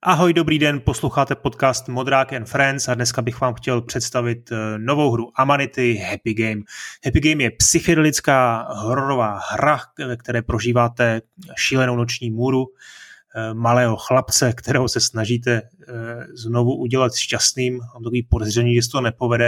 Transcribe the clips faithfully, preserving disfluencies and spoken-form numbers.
Ahoj, dobrý den, posloucháte podcast Modrák and Friends a dneska bych vám chtěl představit novou hru Amanity Happy Game. Happy Game je psychedelická hororová hra, ve které prožíváte šílenou noční můru malého chlapce, kterého se snažíte znovu udělat šťastným. Mám takový podezření, že se to nepovede,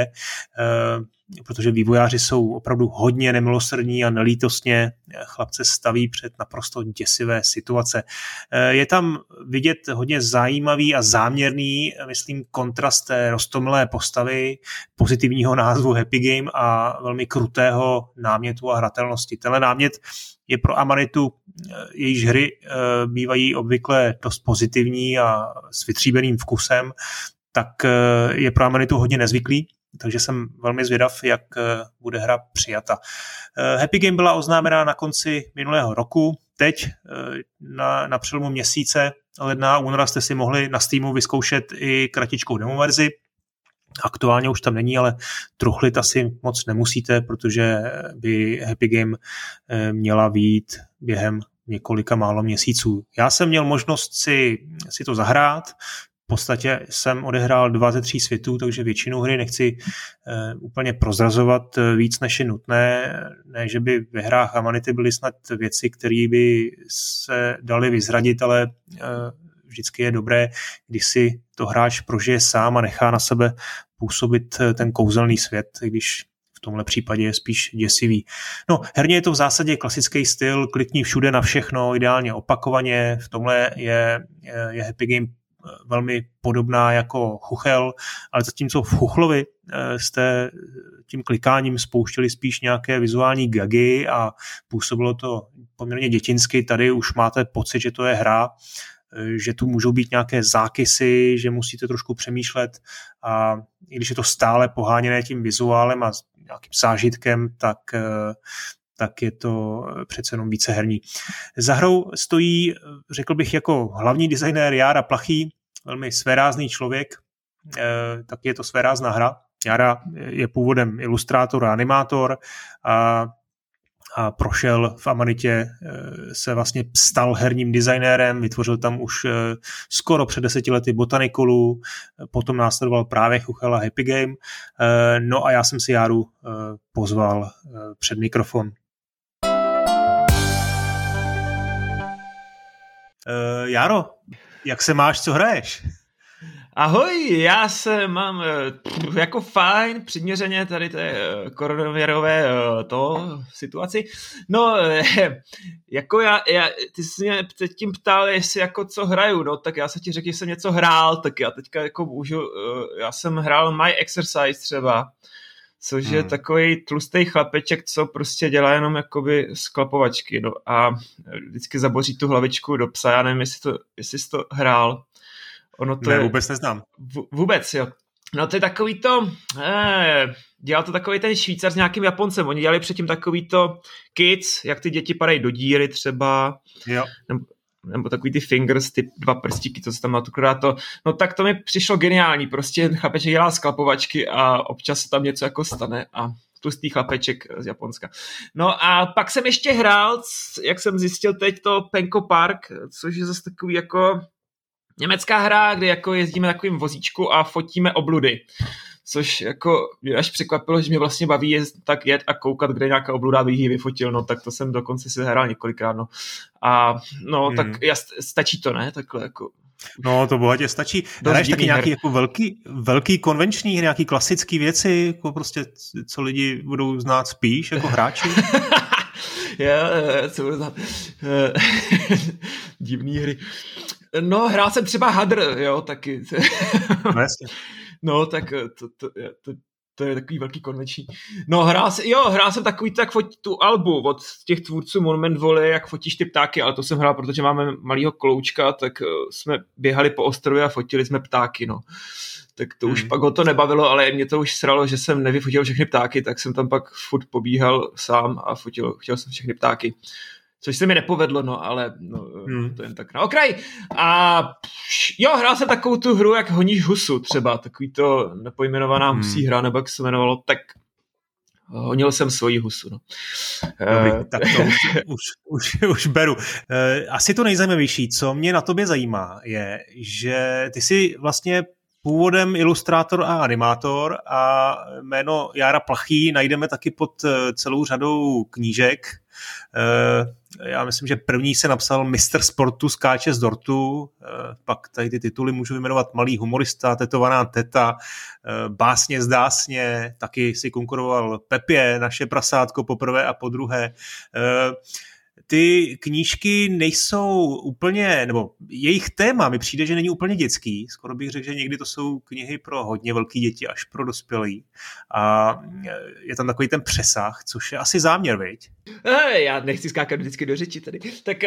protože vývojáři jsou opravdu hodně nemilosrdní a nelítostně chlapce staví před naprosto děsivé situace. Je tam vidět hodně zajímavý a záměrný, myslím, kontrast té roztomilé postavy, pozitivního názvu Happy Game a velmi krutého námětu a hratelnosti. Tenhle námět je pro Amanitu, jejíž hry bývají obvykle dost pozitivní a s vytříbeným vkusem, tak je pro Amanitu hodně nezvyklý. Takže jsem velmi zvědav, jak bude hra přijata. Happy Game byla oznámena na konci minulého roku. Teď na, na přelomu měsíce ledna a února jste si mohli na Steamu vyzkoušet i kratičkou demo verzi. Aktuálně už tam není, ale truchlit asi moc nemusíte, protože by Happy Game měla vyjít během několika málo měsíců. Já jsem měl možnost si, si to zahrát. V podstatě jsem odehrál dva ze tří světů, takže většinu hry nechci uh, úplně prozrazovat víc, než je nutné. Ne, že by ve hrách Amanity byly snad věci, které by se daly vyzradit, ale uh, vždycky je dobré, když si to hráč prožije sám a nechá na sebe působit ten kouzelný svět, když v tomhle případě je spíš děsivý. No, herně je to v zásadě klasický styl, klikni všude na všechno, ideálně opakovaně. V tomhle je, je, je Happy Game velmi podobná jako Chuchel, ale zatímco v Chuchlovi jste tím klikáním spouštěli spíš nějaké vizuální gagy a působilo to poměrně dětinsky, tady už máte pocit, že to je hra, že tu můžou být nějaké zákysy, že musíte trošku přemýšlet a i když je to stále poháněné tím vizuálem a nějakým zážitkem, tak, tak je to přece jenom více herní. Za hrou stojí, řekl bych, jako hlavní designér Jára Plachý, velmi svérázný člověk, tak je to svérázná hra. Jára je původem ilustrátor a animátor a a prošel v Amanitě, se vlastně stal herním designérem, vytvořil tam už skoro před deseti lety Botaniculu, potom následoval právě Chuchel a Happy Game, no a já jsem si Járu pozval před mikrofon. Járo, jak se máš, co hraješ? Ahoj, já se mám pff, jako fajn, přiměřeně tady té koronavirové to situaci. No, jako já, já, ty jsi mě předtím ptal, jestli jako co hraju, no, tak já se ti řekl, že jsem něco hrál, tak já teďka jako můžu, já jsem hrál My Exercise třeba, což hmm. je takový tlustý chlapeček, co prostě dělá jenom jakoby sklapovačky, no, a vždycky zaboří tu hlavičku do psa, já nevím, jestli, to, jestli jsi to hrál. Ono to ne, je, vůbec neznám. V, vůbec, jo. No to je takový to, eh, dělal to takový ten Švýcar s nějakým Japoncem. Oni dělali předtím takový to Kids, jak ty děti padají do díry třeba. Jo. Nebo, nebo takový ty Fingers, ty dva prstíky, to se tam má to. No tak to mi přišlo geniální. Prostě chlapeček dělá sklapovačky a občas se tam něco jako stane a tlustý chlapeček z Japonska. No a pak jsem ještě hrál, jak jsem zjistil teď, to Penko Park, což je zase takový jako německá hra, kde jako jezdíme na takovým vozíčku a fotíme obludy. Což jako mě až překvapilo, že mě vlastně baví jest, tak jet a koukat, kde nějaká obluda bych ji vyfotil, no tak to jsem dokonce si hrál několikrát, no. A no, hmm. tak jas, stačí to, ne? Takhle jako... No, to bohatě stačí. Hraješ taky nějaký jako velký, velký konvenční, nějaký klasický věci, jako prostě, co lidi budou znát spíš, jako hráči? Já, co budu znát? Divný hry. No, hrál jsem třeba Hadr, jo, taky. No, jasně. No, tak to, to, to, to je takový velký konvenční. No, hrál jsem, jo, hrál jsem takový tak fotí tu albu od těch tvůrců Monument Valley, jak fotíš ty ptáky, ale to jsem hrál, protože máme malýho kloučka, tak jsme běhali po ostrově a fotili jsme ptáky, no. Tak to hmm. už pak ho to nebavilo, ale mě to už sralo, že jsem nevyfotil všechny ptáky, tak jsem tam pak furt pobíhal sám a fotil, chtěl jsem všechny ptáky. Což se mi nepovedlo, no, ale no, hmm. to jen tak na okraj. A jo, hrál jsem takovou tu hru, jak honíš husu třeba, takový to nepojmenovaná husí hra, nebo jak se jmenovalo, tak honil jsem svoji husu. No. Dobrý, uh, tak to už, už, už, už beru. Uh, asi to nejzajímavější, co mě na tobě zajímá, je, že ty jsi vlastně původem ilustrátor a animátor a jméno Jára Plachý najdeme taky pod celou řadou knížek. Já myslím, že první se napsal Mistr sportu skáče z dortu, pak tady ty tituly můžu vyjmenovat Malý humorista, Tetovaná teta, Básně z dásně, taky si konkuroval Pepě, Naše prasátko poprvé a podruhé. Ty knížky nejsou úplně, nebo jejich téma mi přijde, že není úplně dětský. Skoro bych řekl, že někdy to jsou knihy pro hodně velké děti až pro dospělí. A je tam takový ten přesah, což je asi záměr, viď? Já nechci skákat vždycky do řeči tady. Tak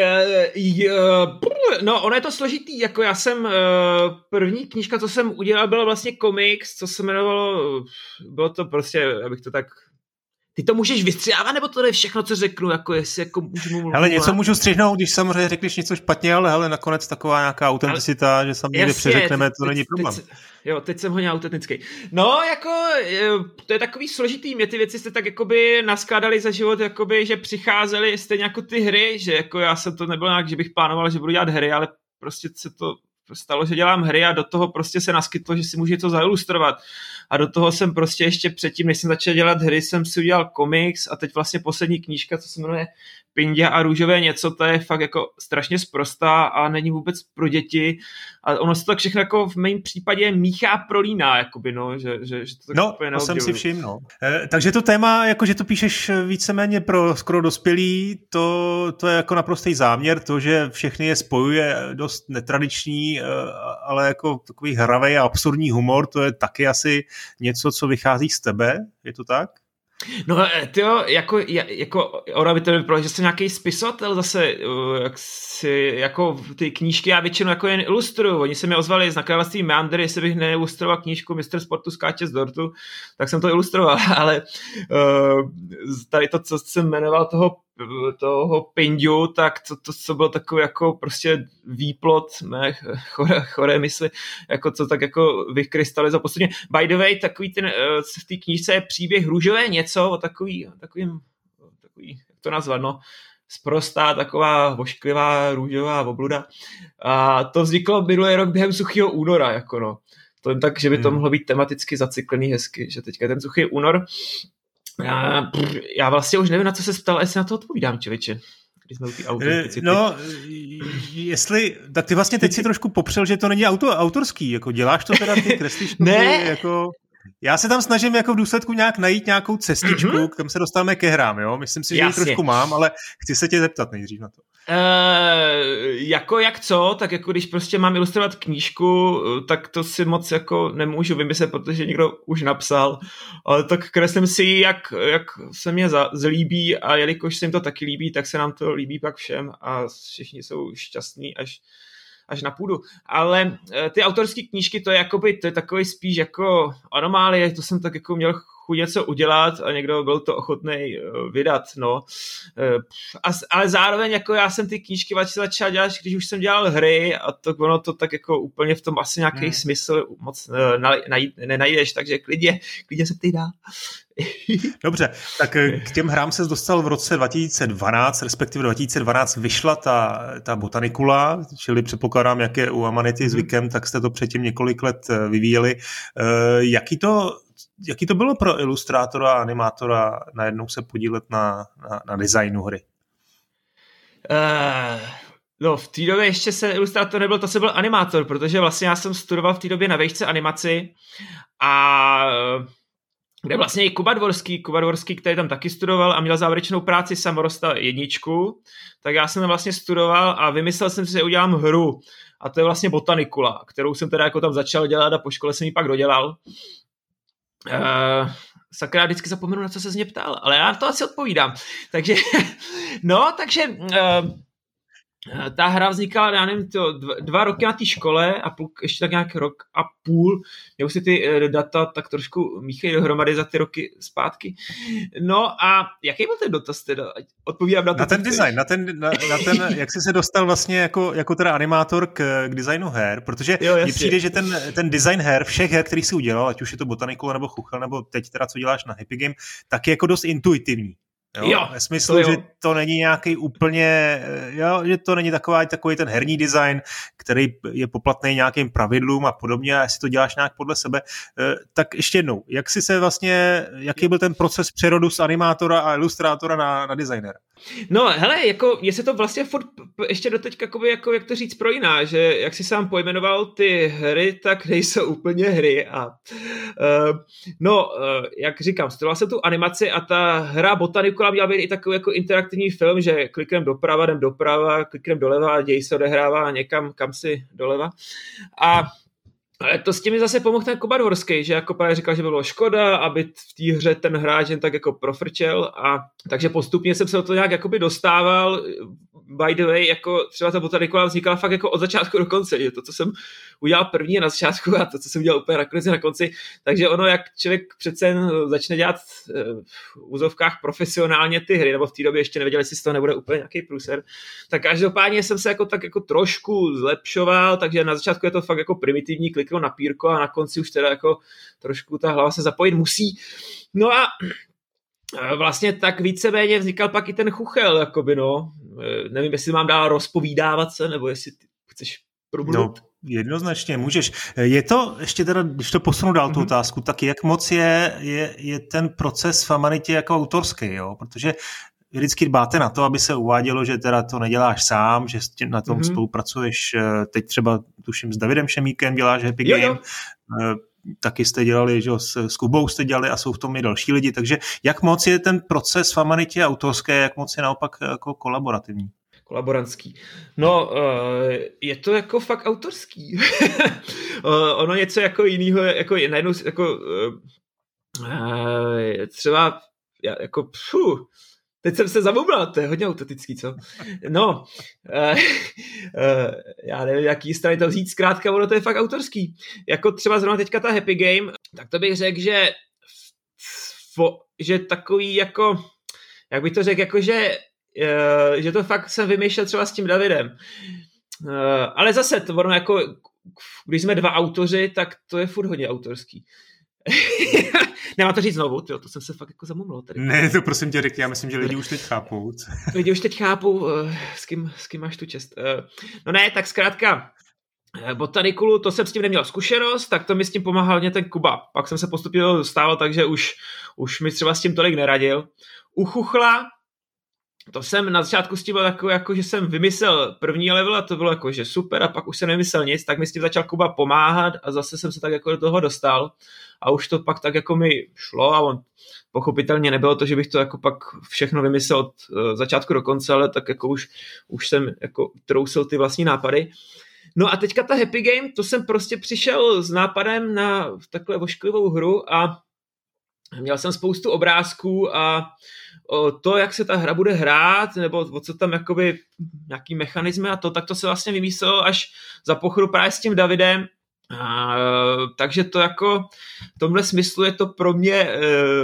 no, ono je to složitý. Jako já jsem, první knížka, co jsem udělal, byla vlastně komiks, co se jmenovalo, bylo to prostě, abych to tak... Ty to můžeš vystřihávat, nebo to je všechno, co řeknu, jako jestli jako můžu mluvit? Ale něco můžu střihnout, když samozřejmě řekneš něco špatně, ale hele, nakonec taková nějaká autenticita, ale, že sami někde přeřekneme, to teď, není problém. Teď, jo, teď jsem hodně autentický. No, jako, to je takový složitý, mě ty věci jste tak jakoby naskládali za život, jakoby, že přicházely stejně jako ty hry, že jako já jsem to nebyl nějak, že bych plánoval, že budu dělat hry, ale prostě se to stalo, že dělám hry a do toho prostě se naskytlo, že si můžu to zailustrovat. A do toho jsem prostě ještě předtím, než jsem začal dělat hry, jsem si udělal komiks a teď vlastně poslední knížka, co se jmenuje Pindě a růžové něco, to je fakt jako strašně sprostá a není vůbec pro děti. A ono se to tak všechno jako v mém případě míchá prolíná, jakoby, no, že, že, že to tak no, úplně to jsem si všiml, no. E, takže to téma, jako že to píšeš víceméně pro skoro dospělí, to, to je jako naprostý záměr, to, že všechny je spojuje dost netradiční, ale jako takový hravej a absurdní humor, to je taky asi něco, co vychází z tebe, je to tak? No tyjo, jako, jako ona by to vypadalo, že jsem nějaký spisovatel zase, jak si, jako ty knížky já většinou jako jen ilustruju, oni se mi ozvali z nakladatelství Meandry, jestli bych neilustroval knížku Mistr sportu skáče z dortu, tak jsem to ilustroval, ale tady to, co jsem jmenoval toho toho Pindu, tak to, to, co bylo takový jako prostě výplot mé choré, choré mysli, jako co tak jako vykrystalizoval posledně. By the way, takový ten, v té knížce je příběh růžové něco, o takový, takovým, takový, jak to nazvat, no, sprostá, taková vošklivá růžová obluda. A to vzniklo minulý rok během suchého února, jako no. To jen tak, že by to mohlo být tematicky zacyklený hezky, že teďka ten suchý únor. Já, já vlastně už nevím, na co se ptal, jestli na to odpovídám, člověče. Když jsme u té autenticity. No, jestli, tak ty vlastně teď si trošku popřel, že to není auto, autorský, jako děláš to teda, ty kreslíš to, ne. Jako... Já se tam snažím jako v důsledku nějak najít nějakou cestičku, mm-hmm. kam se dostáváme ke hrám, jo? Myslím si, že ji trošku mám, ale chci se tě zeptat nejdřív na to. Uh, jako jak co, tak jako když prostě mám ilustrovat knížku, tak to si moc jako nemůžu vymyslet, protože někdo už napsal, ale tak kreslím si jak, jak se mě za, zlíbí a jelikož se jim to taky líbí, tak se nám to líbí pak všem a všichni jsou šťastní až až na půdu. Ale ty autorské knížky, to je jakoby, to je takový spíš jako anomálie, to jsem tak jako měl chuť něco udělat a někdo byl to ochotný vydat, no. A, ale zároveň jako já jsem ty knížky začal dělat, když už jsem dělal hry a to ono to tak jako úplně v tom asi nějaký hmm. smysl moc najít, nenajdeš, takže klidně, klidně se ptej dál. Dobře, tak k těm hrám se dostal v roce dva tisíce dvanáct, respektive dva tisíce dvanáct vyšla ta, ta Botanicula, čili předpokládám, jak je u Amanity zvykem, tak jste to předtím několik let vyvíjeli. Jaký to, jaký to bylo pro ilustrátora a animátora najednou se podílet na, na, na designu hry? Uh... No, v té době ještě se ilustrátor nebyl, to se byl animátor, protože vlastně já jsem studoval v té době na vejšce animaci a kde vlastně i Kuba Dvorský, Kuba Dvorský, který tam taky studoval a měl závěrečnou práci Samorosta jedničku, tak já jsem tam vlastně studoval a vymyslel jsem si, že udělám hru a to je vlastně Botanicula, kterou jsem teda jako tam začal dělat a po škole jsem ji pak dodělal. Uh, sakra, vždycky zapomenu, na co se z mě ptal, ale já to asi odpovídám. Takže, no, takže... Uh, ta hra vznikala, já nevím, to dva, dva roky na té škole a půl, ještě tak nějak rok a půl. Mě už si ty data tak trošku míchají dohromady za ty roky zpátky. No a jaký byl ten dotaz teda? Odpovídám na to. Na ten design, na ten, na, na ten, jak jsi se dostal vlastně jako, jako teda animátor k, k designu her, protože mně přijde, že ten, ten design her, všech her, který jsi udělal, ať už je to Botanicula nebo Chuchel, nebo teď teda co děláš na Happy Game, tak je jako dost intuitivní. Jo, jo, ve smyslu, to že to není nějaký úplně, jo, že to není taková, takový ten herní design, který je poplatný nějakým pravidlům a podobně, a jestli to děláš nějak podle sebe, tak ještě jednou, jak jsi se vlastně, jaký byl ten proces přerodu z animátora a ilustrátora na, na designera? No hele, jako jestli to vlastně furt ještě doteď jako, jako jak to říct pro jiná, že jak si sám pojmenoval ty hry, tak nejsou úplně hry a uh, no, uh, jak říkám, studoval jsem tu animaci a ta hra Botanicula měla být i takový jako interaktivní film, že kliknem doprava, jdem doprava, kliknem doleva a děj se odehrává někam, kam si doleva a ale to s tím mi zase pomohl ten Kuba Dvorský, že jako právě říkal, že by bylo škoda, aby v té hře ten hráč jen tak jako profrčel a takže postupně jsem se do toho nějak jakoby dostával. By the way, jako třeba ta Botanicula vznikala fakt jako od začátku do konce, že to, co jsem udělal první na začátku a to, co jsem udělal úplně nakonec na konci, takže ono, jak člověk přece začne dělat v úzovkách profesionálně ty hry, nebo v té době ještě nevěděl, jestli z toho nebude úplně nějaký průser, tak každopádně jsem se jako tak jako trošku zlepšoval, takže na začátku je to fakt jako primitivní, kliknu na pírko a na konci už teda jako trošku ta hlava se zapojit musí. No a vlastně tak víceméně vznikal pak i ten Chuchel, jakoby no. Nevím, jestli mám dál rozpovídávat se, nebo jestli ty chceš probudnout. No, jednoznačně můžeš. Je to, ještě teda, když to posunu dál mm-hmm. tu otázku, tak jak moc je, je, je ten proces v Amanitě jako autorský, jo? Protože vždycky dbáte na to, aby se uvádělo, že teda to neděláš sám, že na tom mm-hmm. spolupracuješ, teď třeba tuším s Davidem Šemíkem děláš Happy Game, jo, jo. Taky jste dělali, že s, s Kubou jste dělali a jsou v tom i další lidi, takže jak moc je ten proces v Amanitě autorský, jak moc je naopak jako kolaborativní? Kolaborantský. No, je to jako fakt autorský. Ono něco jako jinýho, jako najednou, jako třeba jako pfu, teď jsem se zamumlal, to je hodně autentický, co? No, uh, uh, já nevím, jaký strany to vzít, zkrátka, ono to je fakt autorský. Jako třeba zrovna teďka ta Happy Game, tak to bych řekl, že, fo, že takový jako, jak bych to řekl, jako že, uh, že to fakt jsem vymýšlel třeba s tím Davidem. Uh, ale zase, to ono jako, když jsme dva autoři, tak to je furt hodně autorský. Nemám to říct znovu, tyjo, to jsem se fakt jako zamumlal tady. Ne, to prosím tě řekni, já myslím, že lidi už teď chápou. Lidi už teď chápou, s kým, s kým máš tu čest. No ne, tak zkrátka, Botaniculu, to jsem s tím neměl zkušenost, tak to mi s tím pomáhal mě ten Kuba. Pak jsem se postupně dostával, takže už, už mi třeba s tím tolik neradil. U Chuchla, to jsem na začátku s tím byl takový, jako, že jsem vymyslel první level a to bylo jako, že super a pak už jsem nevymyslel nic, tak mi s tím začal Kuba pomáhat a zase jsem se tak jako do toho dostal a už to pak tak jako mi šlo a on pochopitelně nebylo to, že bych to jako pak všechno vymyslel od uh, začátku do konce, ale tak jako už, už jsem jako trousil ty vlastní nápady. No a teďka ta Happy Game, to jsem prostě přišel s nápadem na takhle ošklivou hru a měl jsem spoustu obrázků a o to, jak se ta hra bude hrát, nebo o co tam jakoby nějaký mechanismy a to, tak to se vlastně vymyslelo až za pochodu právě s tím Davidem. A, takže to jako v tomhle smyslu je to pro mě e,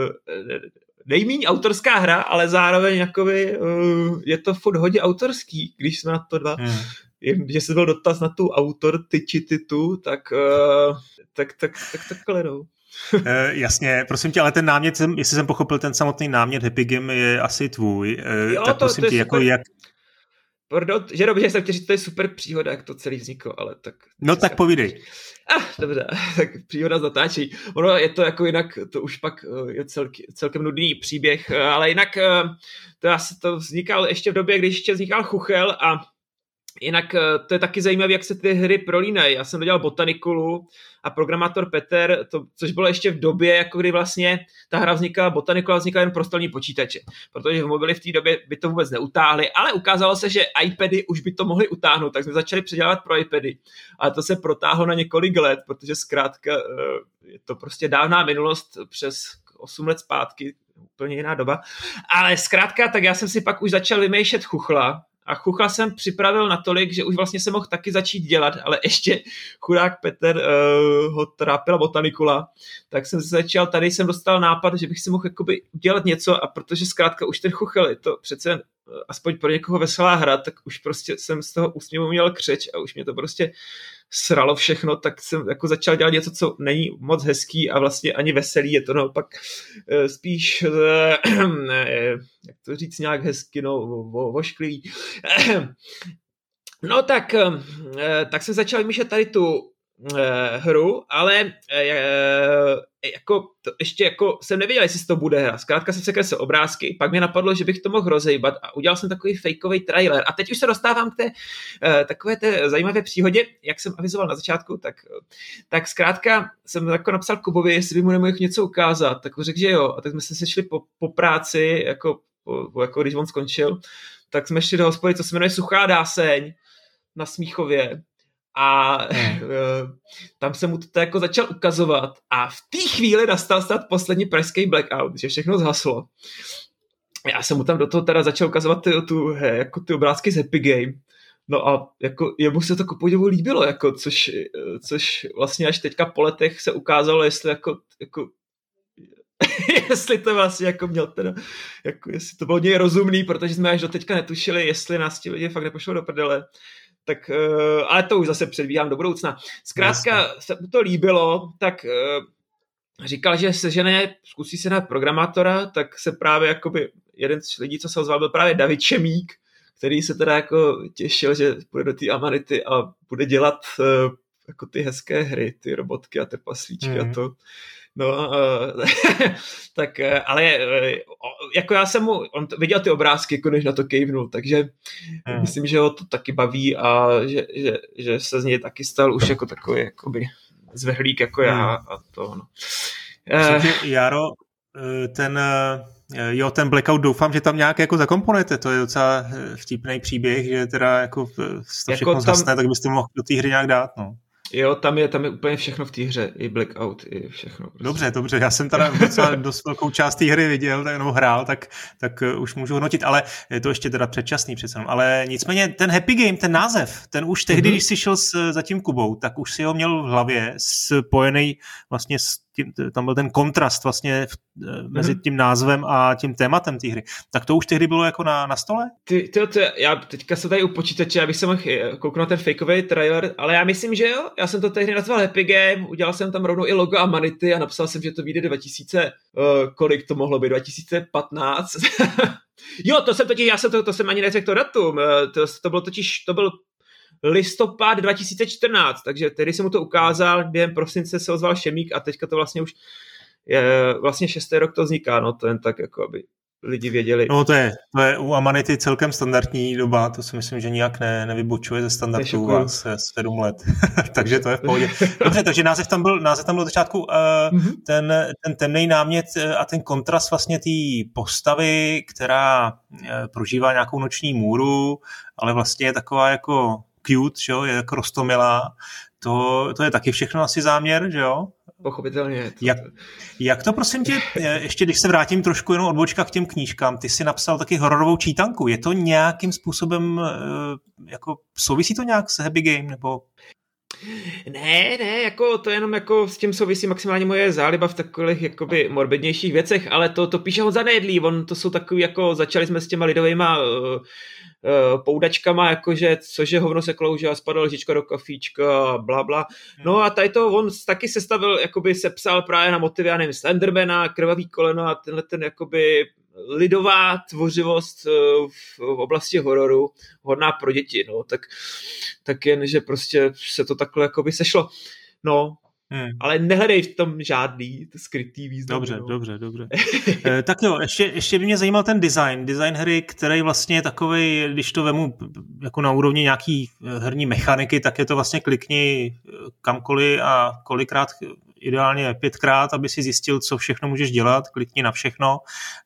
nejméně autorská hra, ale zároveň jakoby, e, je to furt hodně autorský, když jsme na to dva. Hmm. Je, že se byl dotaz na tu autor, ty či ty tu, tak, e, tak, tak, tak takhle no. Uh, jasně, prosím tě, ale ten námět, jestli jsem pochopil, ten samotný námět Happy Game je asi tvůj, uh, jo, tak to, prosím to tě, jako jak... Pardon, že dobře, jsem chtěl říct, to je super příhoda, jak to celý vzniklo, ale tak... No tak povídej. Ah, dobře, tak příhoda z natáčení. Ono je to jako jinak, to už pak je celk, celkem nudný příběh, ale jinak to, asi to vznikal ještě v době, když ještě vznikal Chuchel a jinak to je taky zajímavé, jak se ty hry prolínají. Já jsem dodělal Botaniculu a programátor Petr, to, což bylo ještě v době, jako kdy vlastně ta hra vznikala, Botanicula vznikla jen pro stolní počítače, protože v mobily v té době by to vůbec neutáhli, ale ukázalo se, že iPady už by to mohli utáhnout, tak jsme začali předělávat pro iPady. A to se protáhlo na několik let, protože zkrátka je to prostě dávná minulost přes osm let zpátky, úplně jiná doba. Ale zkrátka, tak já jsem si pak už začal vymýšlet Chuchla, a chuchla jsem připravil natolik, že už vlastně jsem mohl taky začít dělat, ale ještě chudák Petr uh, ho trápila botanikula, tak jsem začal, tady jsem dostal nápad, že bych si mohl jakoby udělat něco a protože zkrátka už ten chuchel je to přece aspoň pro někoho veselá hra, tak už prostě jsem z toho úsměvu měl křeč a už mě to prostě sralo všechno, tak jsem jako začal dělat něco, co není moc hezký a vlastně ani veselý, je to naopak spíš, jak to říct nějak hezky, no, vošklivý. No tak, tak jsem začal vymýšlet tady tu hru, ale jako to ještě jako jsem nevěděl, jestli to bude hra. Zkrátka jsem se kreslil obrázky, pak mi napadlo, že bych to mohl rozejbat a udělal jsem takový fejkový trailer. A teď už se dostávám k té takové té zajímavé příhodě, jak jsem avizoval na začátku, tak, tak zkrátka jsem jako napsal Kubovi, jestli by mu nemohl něco ukázat, tak řekl, že jo. A tak jsme se sešli po, po práci, jako, po, jako když on skončil, tak jsme šli do hospody, co se jmenuje Suchá dáseň na Smíchově. A hmm. tam jsem mu to jako začal ukazovat a v té chvíli nastal snad poslední pražský blackout, že všechno zhaslo. Já jsem mu tam do toho teda začal ukazovat ty, tu, he, jako ty obrázky z Happy Game. No a jako jemu se to ku podivu líbilo, jako, což, což vlastně až teďka po letech se ukázalo, jestli jako, jako jestli to vlastně jako měl teda, jako jestli to bylo něj rozumný, protože jsme až do teďka netušili, jestli nás ti lidi fakt nepošlo do prdele. Tak, uh, ale to už zase předbíhám do budoucna. Zkrátka Jasně. se mu to líbilo, tak uh, říkal, že sežene, zkusí se na programátora, tak se právě jakoby jeden z lidí, co se ozval, byl právě David Šemík, který se teda jako těšil, že půjde do té Amanity a bude dělat uh, jako ty hezké hry, ty robotky a ty paslíčky mm. a to. No, uh, tak, uh, ale uh, jako já jsem mu, on to, viděl ty obrázky, jako než na to kejvnul, takže hmm. myslím, že ho to taky baví a že, že, že se z něj taky stal už jako takový jakoby zvehlík jako hmm. já a to, no. Uh, Jaro, ten, jo, ten Blackout doufám, že tam nějak jako zakomponujete, to je docela vtipný příběh, že teda jako to všechno jako zhasne, tam... tak byste mohl do té hry nějak dát, no. Jo, tam je, tam je úplně všechno v té hře, i Blackout, i všechno. Prostě. Dobře, dobře, já jsem teda docela dost velkou část té hry viděl, tak jenom hrál, tak, tak už můžu hodnotit, ale je to ještě teda předčasný přece. Ale nicméně ten Happy Game, ten název, ten už tehdy, mm-hmm. když jsi šel s, za tím Kubou, tak už si ho měl v hlavě spojený vlastně s tím, tam byl ten kontrast vlastně v, mezi tím názvem a tím tématem té hry. Tak to už tehdy bylo jako na, na stole? Ty, ty, ty, já teďka jsem tady u počítače, abych se mohl kouknout na ten fakeový trailer, ale já myslím, že jo, já jsem to tehdy nazval Happy Game, udělal jsem tam rovnou i logo Amanity a napsal jsem, že to vyjde dva tisíce, uh, kolik to mohlo být, dva tisíce patnáct. Jo, to jsem totiž, já jsem to, to jsem ani neřekl to datum, to, to bylo totiž, to byl listopad dva tisíce čtrnáct, takže tehdy jsem mu to ukázal, během prosince se ozval Šemík a teďka to vlastně už je, vlastně šestý rok to vzniká, no to jen tak jako, aby lidi věděli. No to je, to je u Amanity celkem standardní doba, to si myslím, že nijak ne, nevybočuje ze standardů u vás sedm let, takže to je v pohodě. Dobře, takže název tam byl, název tam byl od začátku, uh, mm-hmm. ten, ten temný námět a ten kontrast vlastně té postavy, která uh, prožívá nějakou noční můru, ale vlastně je taková jako cute, že jo, je jako roztomilá, to, to je taky všechno asi záměr, že jo? Pochopitelně. To... Jak, jak to prosím tě, ještě když se vrátím trošku jenom odbočka k těm knížkám, ty jsi napsal taky hororovou čítanku, je to nějakým způsobem, jako souvisí to nějak s Happy Game, nebo... Ne, ne, jako to jenom jako s tím souvisí maximálně moje záliba v takových jakoby morbidnějších věcech, ale to, to píše Honza Nejedlý, on to jsou takový jako, začali jsme s těma lidovejma uh, uh, poudačkama, jakože cože hovno se klouže a spadla lžička do kafíčka a bla bla. No a tady to on taky sestavil, jakoby sepsal právě na motivy, já nevím, Slendermana, Krvavý koleno a tenhle ten jakoby lidová tvořivost v oblasti hororu, hodná pro děti, no, tak, tak jen, že prostě se to takhle jakoby sešlo. No, hmm. ale nehledej v tom žádný skrytý význam. Dobře, no. dobře, dobře. e, tak jo, ještě, ještě by mě zajímal ten design, design hry, který vlastně je takovej, když to vemu jako na úrovni nějaký herní mechaniky, tak je to vlastně klikni kamkoliv a kolikrát ideálně pětkrát, aby si zjistil, co všechno můžeš dělat, klikni na všechno.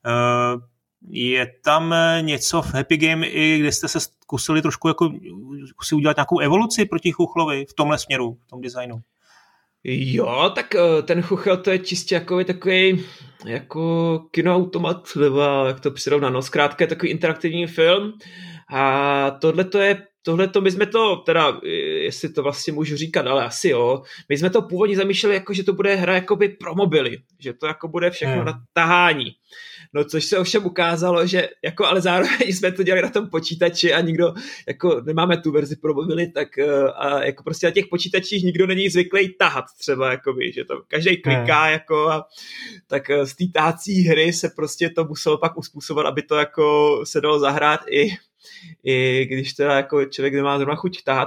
Je tam něco v Happy Game, i kde jste se zkusili trošku jako si udělat nějakou evoluci proti Chuchlovi v tomhle směru, v tom designu? Jo, tak ten Chuchel to je čistě jako takový jako kinoautomat, nebo jak to přirovnat, no zkrátka je takový interaktivní film a tohle to je Tohle to my jsme to, teda, jestli to vlastně můžu říkat, ale asi jo, my jsme to původně zamýšleli jako, že to bude hra jakoby pro mobily, že to jako bude všechno hmm. na tahání. No což se ovšem ukázalo, že jako ale zároveň jsme to dělali na tom počítači a nikdo, jako nemáme tu verzi pro mobily, tak a jako prostě na těch počítačích nikdo není zvyklý tahat třeba, jakoby, že to každý kliká hmm. jako a tak z té tahací hry se prostě to muselo pak uspůsobovat, aby to jako se dalo zahrát i i když teda jako člověk nemá zrovna chuť tahat.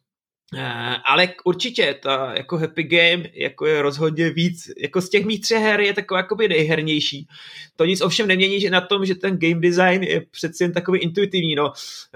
Ale určitě ta jako Happy Game jako je rozhodně víc, jako z těch mých třech her je taková jakoby nejhernější. To nic ovšem nemění že na tom, že ten game design je přeci jen takový intuitivní. No,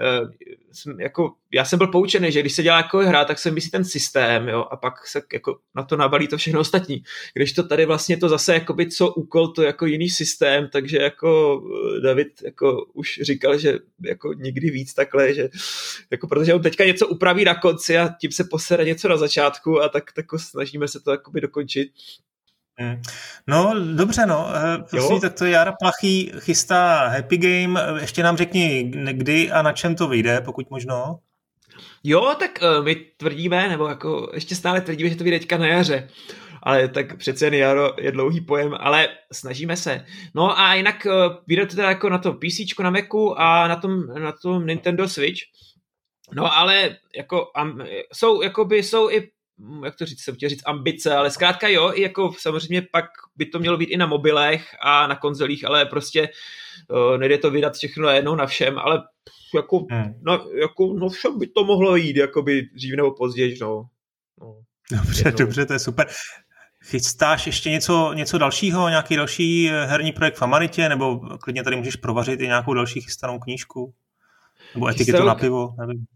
jako, já jsem byl poučený, že když se dělá jako hra, tak se myslí ten systém, jo, a pak se jako na to nabalí to všechno ostatní. Když to tady vlastně to zase jakoby co úkol, to jako jiný systém, takže jako David jako už říkal, že jako nikdy víc takhle, že jako protože on teďka něco upraví na konci a tím se posere něco na začátku a tak, tak snažíme se to jakoby dokončit. Hmm. No, dobře, no. Prosím, tak to Jára Plachý chystá Happy Game. Ještě nám řekni, kdy a na čem to vyjde, pokud možno. Jo, tak uh, my tvrdíme, nebo jako ještě stále tvrdíme, že to vyjde teďka na jaře. Ale tak přece jen jaro je dlouhý pojem, ale snažíme se. No a jinak uh, vyjde to teda jako na tom PCčku, na Macu a na tom, na tom Nintendo Switch. No ale jako um, jsou, jakoby, jsou i jak to říct, jsem chtěl říct ambice, ale zkrátka jo, i jako samozřejmě pak by to mělo být i na mobilech a na konzolích, ale prostě uh, nejde to vydat všechno najednou na všem, ale jako, hmm. no, jako, no všem by to mohlo jít, jakoby dřív nebo později, no. no dobře, jednou. Dobře, to je super. Chystáš ještě něco, něco dalšího, nějaký další herní projekt v Amanitě, nebo klidně tady můžeš provařit i nějakou další chystanou knížku? Nebo etiketu chystanou... na pivo, nevím.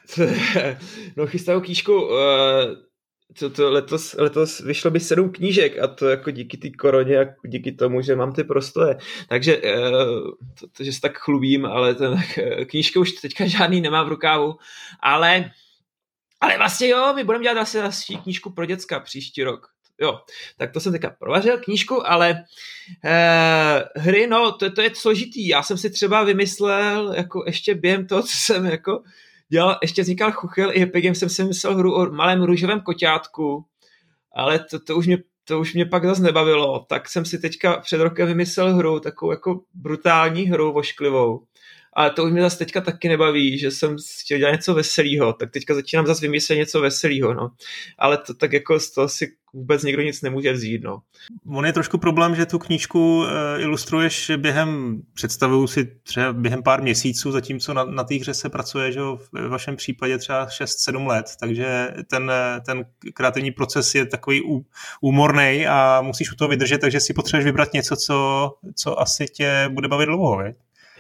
No chystanou knížku, uh... To, to letos, letos vyšlo by sedm knížek a to jako díky té koroně a díky tomu, že mám ty prostoje. Takže to, to, že se tak chlubím, ale ten, knížky už teďka žádný nemám v rukávu, ale, ale vlastně jo, my budeme dělat asi další knížku pro děcka příští rok. Jo, tak to jsem teďka provařil knížku, ale eh, hry, no, to, to je složitý. Já jsem si třeba vymyslel, jako ještě během toho, co jsem jako dělal, ještě vznikal Chuchel i Happy Game, jsem si myslel hru o malém růžovém koťátku, ale to, to, už mě, to už mě pak zase nebavilo, tak jsem si teďka před rokem vymyslel hru, takovou jako brutální hru vošklivou, ale to už mě zase teďka taky nebaví, že jsem chtěl dělat něco veselýho, tak teďka začínám zase vymyslet něco veselýho, no. Ale to tak jako z toho si vůbec nikdo nic nemůže vzít, no. On je trošku problém, že tu knížku uh, ilustruješ během, představuju si třeba během pár měsíců, zatímco na, na té hře se pracuje, že v vašem případě třeba šest sedm let, takže ten, ten kreativní proces je takový ú, úmorný a musíš u toho vydržet, takže si potřebuješ vybrat něco, co, co asi tě bude bavit dlouho, viď?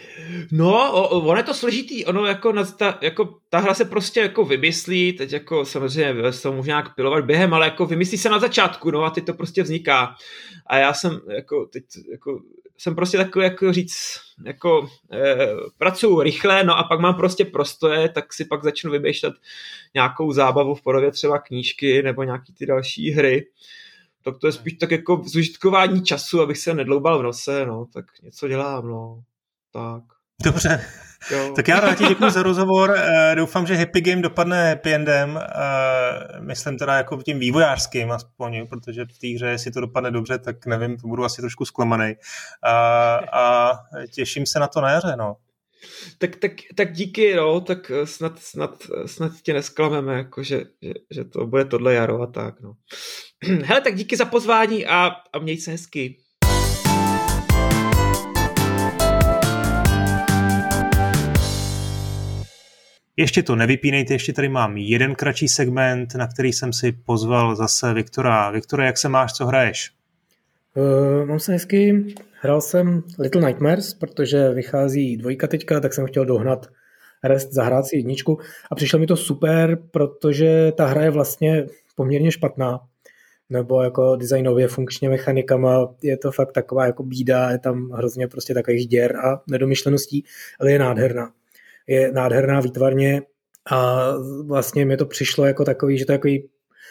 No, ono je to složitý, ono jako, ta, jako ta hra se prostě jako vymyslí, teď jako samozřejmě se to může nějak pilovat během, ale jako vymyslí se na začátku, no a teď to prostě vzniká. A já jsem jako teď jako jsem prostě takový, jako říct, jako eh, pracuji rychle, no a pak mám prostě prostoje, tak si pak začnu vymýšlet nějakou zábavu v podobě třeba knížky nebo nějaký ty další hry. Tak to je spíš tak jako zužitkování času, abych se nedloubal v nose, no, tak něco dělám, no. Tak. Dobře, jo. Tak já rád ti děkuji za rozhovor, doufám, že Happy Game dopadne happy endem, myslím teda jako tím vývojářským aspoň, protože v té hře, jestli to dopadne dobře, tak nevím, to budu asi trošku zklamanej a, a těším se na to na jaře, no. Tak, tak, tak díky, no, tak snad, snad, snad tě nesklameme, jako že, že, že to bude tohle jaro a tak, no. Hele, tak díky za pozvání a, a měj se hezky. Ještě to nevypínejte, ještě tady mám jeden kratší segment, na který jsem si pozval zase Viktora. Viktore, jak se máš, co hraješ? Uh, mám se hezky, hrál jsem Little Nightmares, protože vychází dvojka teďka, tak jsem chtěl dohnat rest, zahrát si jedničku a přišlo mi to super, protože ta hra je vlastně poměrně špatná, nebo jako designově, funkčně, mechanikama, je to fakt taková jako bída, je tam hrozně prostě takových děr a nedomyšleností, ale je nádherná. Je nádherná výtvarně a vlastně mi to přišlo jako takový, že to je takový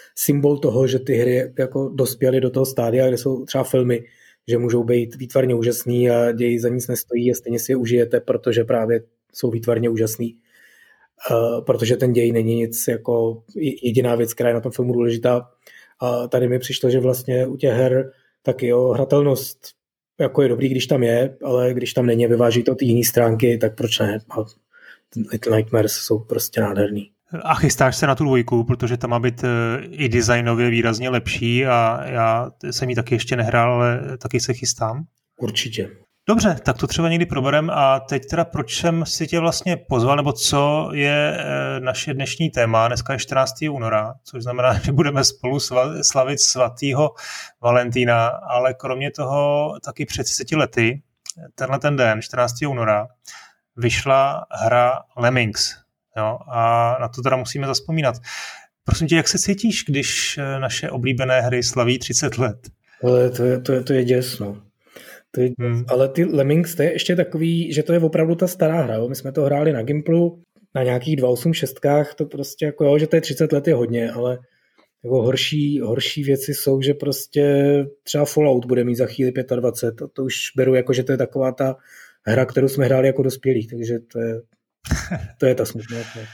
symbol toho, že ty hry jako dospěly do toho stádia, kde jsou třeba filmy, že můžou být výtvarně úžasný a děj za nic nestojí a stejně si je užijete, protože právě jsou výtvarně úžasný. Uh, protože ten děj není nic jako jediná věc, která je na tom filmu důležitá. A tady mi přišlo, že vlastně u těch her taky jo, hratelnost jako je dobrý, když tam je, ale když tam není, vyváží to ty jiné stránky, tak proč ne? A Little Nightmares jsou prostě nádherný. A chystáš se na tu dvojku, protože ta má být i designově výrazně lepší a já jsem ji taky ještě nehrál, ale taky se chystám. Určitě. Dobře, tak to třeba někdy proberem a teď teda proč jsem si tě vlastně pozval, nebo co je naše dnešní téma, dneska je čtrnáctého února, což znamená, že budeme spolu slavit svatýho Valentína, ale kromě toho taky před třiceti lety, tenhle ten den, čtrnáctého února, vyšla hra Lemmings. Jo, a na to teda musíme zazpomínat. Prosím tě, jak se cítíš, když naše oblíbené hry slaví třicet let? Ale to je, to je, to je děs, no. To je, hmm. Ale ty Lemmings, to je ještě takový, že to je opravdu ta stará hra. Jo? My jsme to hráli na Gimplu, na nějakých dvě osm šest, to prostě jako jo, že to je třicet let je hodně, ale jako horší, horší věci jsou, že prostě třeba Fallout bude mít za chvíli dvacet pět a to už beru jako, že to je taková ta hra, kterou jsme hráli jako dospělí, takže to je to je ta smutná.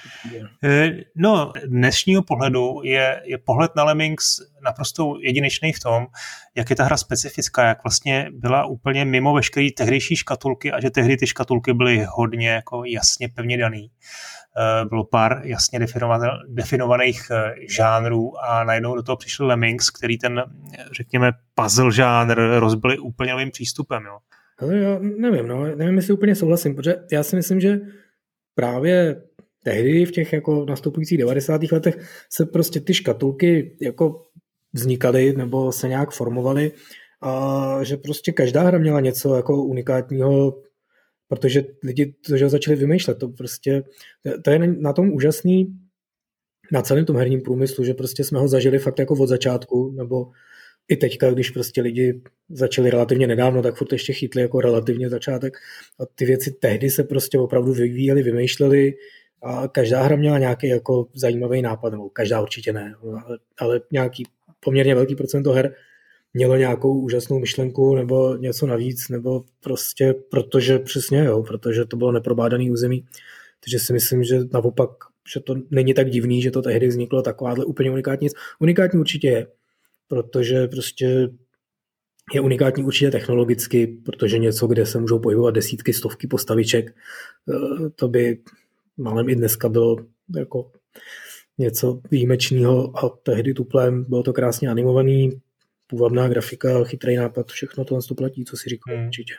No, dnešního pohledu je, je pohled na Lemmings naprosto jedinečný v tom, jak je ta hra specifická, jak vlastně byla úplně mimo veškeré tehdejší škatulky a že tehdy ty škatulky byly hodně jako jasně pevně daný. Bylo pár jasně definovaných žánrů a najednou do toho přišel Lemmings, který ten, řekněme, puzzle žánr rozbili úplně novým přístupem. Jo. Ale já nevím, no, nevím, jestli úplně souhlasím, protože já si myslím, že právě tehdy v těch jako nastupujících devadesátých letech se prostě ty škatulky jako vznikaly nebo se nějak formovaly a že prostě každá hra měla něco jako unikátního, protože lidi to začali vymýšlet. To prostě, to je na tom úžasný na celém tom herním průmyslu, že prostě jsme ho zažili fakt jako od začátku, nebo i teďka, když prostě lidi začali relativně nedávno, tak furt ještě chytli jako relativně začátek a ty věci tehdy se prostě opravdu vyvíjely, vymýšlely a každá hra měla nějaký jako zajímavý nápad, nebo každá určitě ne, ale, ale nějaký poměrně velký procento her mělo nějakou úžasnou myšlenku nebo něco navíc, nebo prostě protože přesně, jo, protože to bylo neprobádaný území, takže si myslím, že naopak, že to není tak divný, že to tehdy vzniklo takováhle úplně unikátní. Unikátní určitě je, protože prostě je unikátní určitě technologicky, protože něco, kde se můžou pohybovat desítky, stovky postaviček, to by málem i dneska bylo jako něco výjimečného a tehdy tuplem bylo to krásně animovaný, půvabná grafika, chytrý nápad, všechno to to platí, co si říkal hmm. určitě.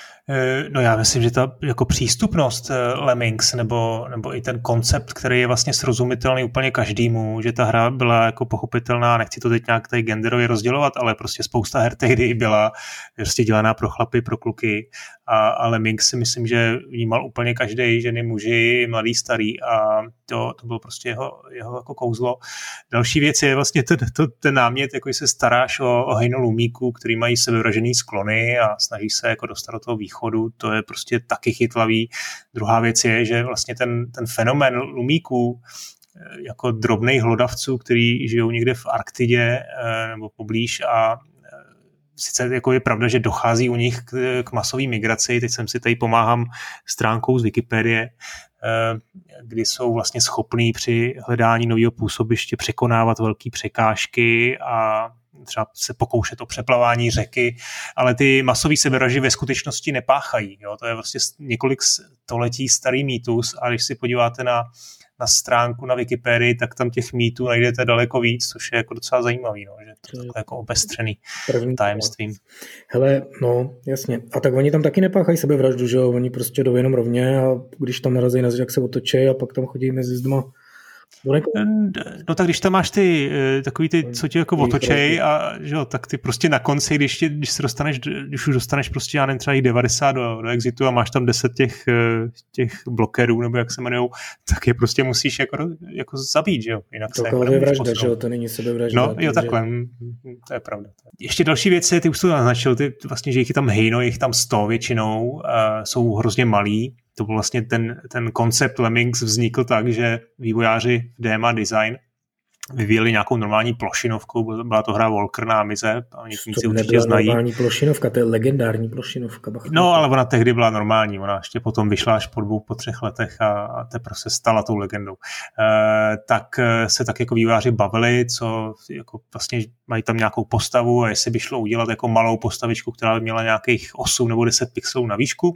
No já myslím, že ta jako přístupnost Lemmings nebo, nebo i ten koncept, který je vlastně srozumitelný úplně každému, že ta hra byla jako pochopitelná, nechci to teď nějak tady genderově rozdělovat, ale prostě spousta her tehdy byla prostě dělaná pro chlapy, pro kluky a, a Lemmings si myslím, že vnímal úplně každý, ženy, muži, mladý, starý a to, to bylo prostě jeho, jeho jako kouzlo. Další věc je vlastně ten, to, ten námět, jako se staráš o, o hejno lumíků, který mají sebevražený sklony a snaží se jako dostat do toho východu, to je prostě taky chytlavý. Druhá věc je, že vlastně ten, ten fenomén lumíků jako drobných hlodavců, který žijou někde v Arktidě nebo poblíž a sice jako je pravda, že dochází u nich k, k masové migraci, teď jsem si tady pomáhám stránkou z Wikipedie, kdy jsou vlastně schopní při hledání nového působiště překonávat velké překážky a třeba se pokoušet o přeplavání řeky, ale ty masový sebevraždy ve skutečnosti nepáchají. Jo? To je vlastně několik století starý mýtus a když si podíváte na, na stránku na Wikipedii, tak tam těch mýtů najdete daleko víc, což je jako docela zajímavý, no? Že to je jako obestřený tajemstvím. Hele, no, jasně. A tak oni tam taky nepáchají sebevraždu, že jo? Oni prostě jdou jenom rovně a když tam narazí na zřek, se otočí a pak tam chodí mezi zdma. No tak když tam máš ty takový ty, co ti jako otočej a že jo, tak ty prostě na konci, když, tě, když se dostaneš, když už dostaneš prostě, já nevím, třeba i devadesát do, do exitu a máš tam deset těch, těch blokerů, nebo jak se jmenujou, tak je prostě musíš jako, jako zabít, že jo, jinak to se jako je vražda, že jo, to není sebevražda. No jo, takhle, to je pravda. Ještě další věc je, ty už to naznačil, ty vlastně, že jich je tam hejno, jich tam sto většinou, jsou hrozně malí. To byl vlastně ten, ten koncept Lemmings vznikl tak, že vývojáři v D M A Design vyvíjeli nějakou normální plošinovku, byla to hra Walker na Amize, oni to určitě znají. Normální plošinovka, to je legendární plošinovka. Bach, no, ale ona tehdy byla normální, ona ještě potom vyšla až po dvou, po třech letech a, a teprve se stala tou legendou. E, tak se tak jako vývojáři bavili, co jako vlastně mají tam nějakou postavu a jestli by šlo udělat jako malou postavičku, která by měla nějakých osm nebo deset pixelů na výšku.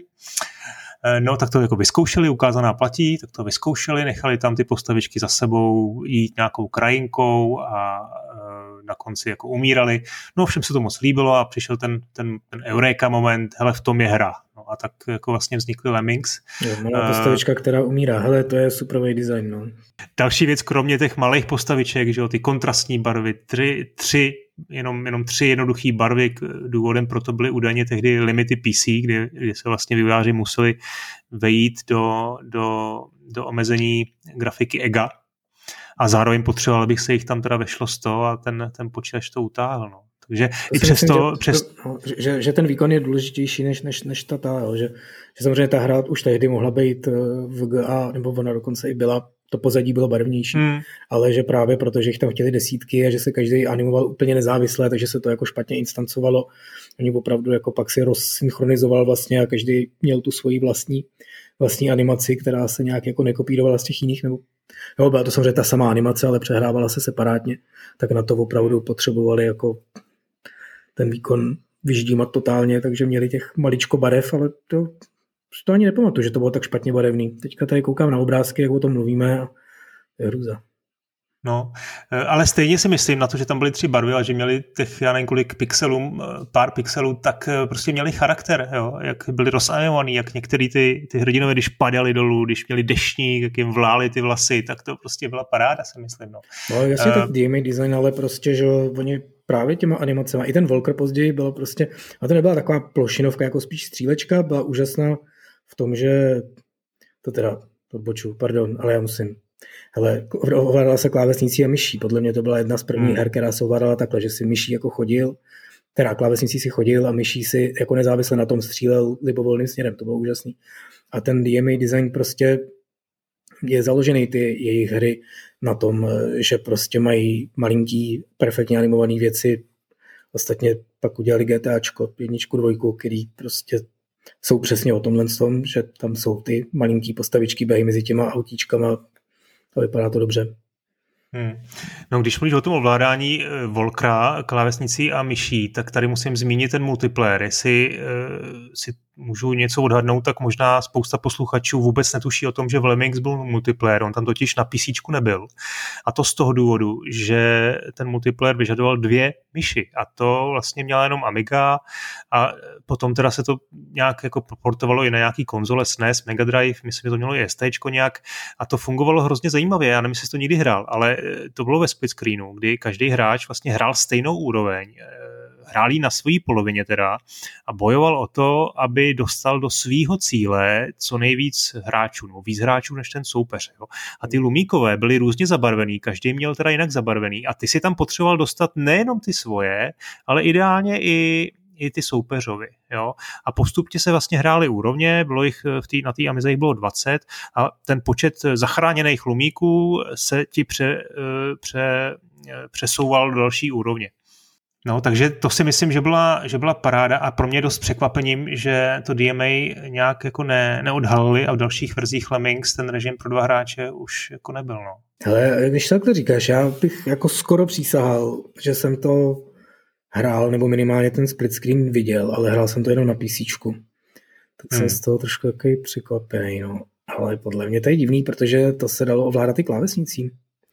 No, tak to jako vyzkoušeli, ukázaná platí, tak to vyzkoušeli, nechali tam ty postavičky za sebou jít nějakou krajinkou a e, na konci jako umírali. No, všem se to moc líbilo a přišel ten, ten, ten eureka moment, hele, v tom je hra. No a tak jako vlastně vznikly Lemmings. Jo, malá postavička, uh, která umírá, hele, to je superový design, no. Další věc, kromě těch malých postaviček, že jo, ty kontrastní barvy, tři, tři Jenom, jenom tři jednoduché barvy, důvodem proto byly údajně tehdy limity P C, kdy, kdy se vlastně vývojáři museli vejít do, do, do omezení grafiky E G A a zároveň potřeboval bych se jich tam teda vešlo sto a ten, ten počítač to utáhl. No. Takže to i přesto... Myslím, přes... že, no, že, že ten výkon je důležitější než, než, než ta ta, že, že samozřejmě ta hra už tehdy mohla být v G A, nebo ona dokonce i byla, to pozadí bylo barevnější, hmm. ale že právě protože jich tam chtěli desítky a že se každý animoval úplně nezávisle, takže se to jako špatně instancovalo. Oni opravdu jako pak si rozsynchronizoval vlastně a každý měl tu svoji vlastní, vlastní animaci, která se nějak jako nekopírovala z těch jiných, nebo jo, byla to samozřejmě ta samá animace, ale přehrávala se separátně, tak na to opravdu potřebovali jako ten výkon vyždímat totálně, takže měli těch maličko barev, ale to, to ani nepamatuju, že to bylo tak špatně barevný. Teďka tady koukám na obrázky, jak o tom mluvíme a je hrůza. No, ale stejně si myslím na to, že tam byly tři barvy a že měli těch, já nevím kolik pixelů, pár pixelů, tak prostě měli charakter, jo? Jak byli rozanimovaný, jak některý ty, ty hrdinové, když padali dolů, když měli deštník, jak jim vlály ty vlasy, tak to prostě byla paráda, si myslím. No, no jasně, uh, tak D M A design, ale prostě, že oni právě těma animacemi, i ten Walker později bylo prostě, a to nebyla taková plošinovka, jako spíš střílečka, byla úžasná v tom, že to teda odboču, pardon, ale já musím. Hele, ovládala se klávesnicí a myší. Podle mě to byla jedna z prvních hmm. her, která se ovládala takhle, že si myší jako chodil, teda klávesnicí si chodil a myší si jako nezávisle na tom střílel libovolným směrem. To bylo úžasný. A ten D M A design prostě je založený ty jejich hry na tom, že prostě mají malinký, perfektně animované věci. Ostatně pak udělali GTAčko, jedničku, dvojku, který prostě jsou přesně o tomhle tom, že tam jsou ty malinký postavičky běhají mezi těma autíčkama a vypadá to dobře. Hmm. No, když mluvíš o tom ovládání Walkera, klávesnicí a myší, tak tady musím zmínit ten multiplayer. Jestli uh, si můžu něco odhadnout, tak možná spousta posluchačů vůbec netuší o tom, že v Lemmings byl multiplayer. On tam totiž na PCčku nebyl. A to z toho důvodu, že ten multiplayer vyžadoval dvě myši. A to vlastně měla jenom Amiga a potom teda se to nějak jako portovalo i na nějaký konzole S N E S, Mega Drive, myslím, že to mělo i STčko nějak a to fungovalo hrozně zajímavě. Já nevím, jestli jsi to nikdy hrál, ale to bylo ve split screenu, kdy každý hráč vlastně hrál stejnou úroveň, hrál jí na své polovině teda a bojoval o to, aby dostal do svýho cíle co nejvíc hráčů, nebo víc hráčů než ten soupeř. Jo. A ty lumíkové byly různě zabarvený, každý měl teda jinak zabarvený a ty si tam potřeboval dostat nejenom ty svoje, ale ideálně i i ty soupeřovi. Jo? A postupně se vlastně hrály úrovně, bylo jich v tý, na té Amize jich bylo dvacet a ten počet zachráněných lumíků se ti pře, pře, přesouval do další úrovně. No, takže to si myslím, že byla, že byla paráda a pro mě dost překvapením, že to D M A nějak jako ne, neodhalili a v dalších verzích Lemmings ten režim pro dva hráče už jako nebyl. No. Ale když tak to říkáš, já bych jako skoro přísahal, že jsem to hrál, nebo minimálně ten split screen viděl, ale hrál jsem to jenom na PCčku. Tak hmm. jsem z toho trošku takový překvapený, no. Ale podle mě to je divný, protože to se dalo ovládat i klávesnicí.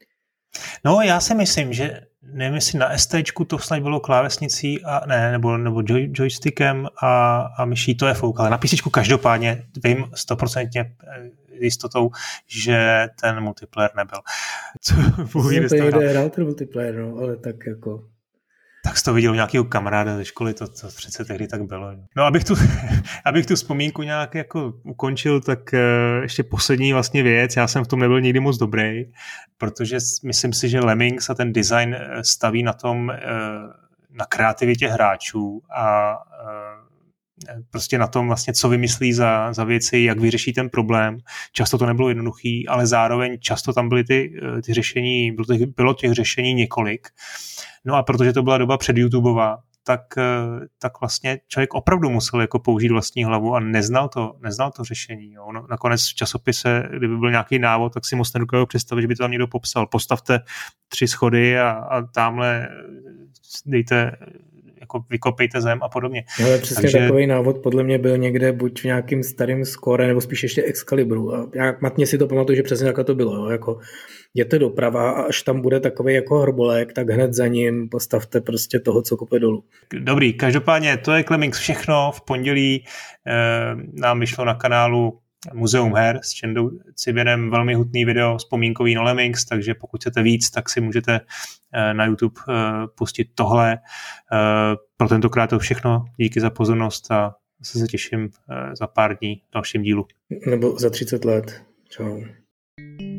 No, já si myslím, že nevím, jestli na STčku to snad bylo klávesnicí a ne, nebo, nebo joy, joystickem a, a myší, to je fouk, ale na PCčku každopádně vím stoprocentně jistotou, že ten multiplayer nebyl. Co Myslím, to jde hrál ten multiplayer, no, ale tak jako... Tak jsi to viděl u nějakého kamaráda ze školy, to, to přece tehdy tak bylo. No, abych tu, abych tu vzpomínku nějak jako ukončil, tak uh, ještě poslední vlastně věc, já jsem v tom nebyl nikdy moc dobrý, protože myslím si, že Lemmings a ten design staví na tom, uh, na kreativitě hráčů a uh, prostě na tom vlastně, co vymyslí za, za věci, jak vyřeší ten problém. Často to nebylo jednoduchý, ale zároveň často tam byly ty, ty řešení, bylo těch, bylo těch řešení několik. No a protože to byla doba před YouTubeová, tak, tak vlastně člověk opravdu musel jako použít vlastní hlavu a neznal to, neznal to řešení. Jo. No, nakonec v časopise, kdyby byl nějaký návod, tak si moc nedokážu představit, že by to tam někdo popsal. Postavte tři schody a, a tamhle dejte, jako vykopejte zem a podobně. Ale přesně Takže... takový návod podle mě byl někde buď v nějakým starým skóre, nebo spíš ještě Excalibru. A já matně si to pamatuju, že přesně jak to bylo. Jo. Jako jděte doprava a až tam bude takový jako hrbolek, tak hned za ním postavte prostě toho, co kope dolů. Dobrý, každopádně to je Klemings všechno. V pondělí eh, nám vyšlo na kanálu Muzeum her s Čendou Ciběnem velmi hutný video vzpomínkový na Lemmings, takže pokud chcete víc, tak si můžete eh, na YouTube eh, pustit tohle. Eh, pro tentokrát to všechno. Díky za pozornost a se, se těším eh, za pár dní v dalším dílu. Nebo za třicet let. Čau.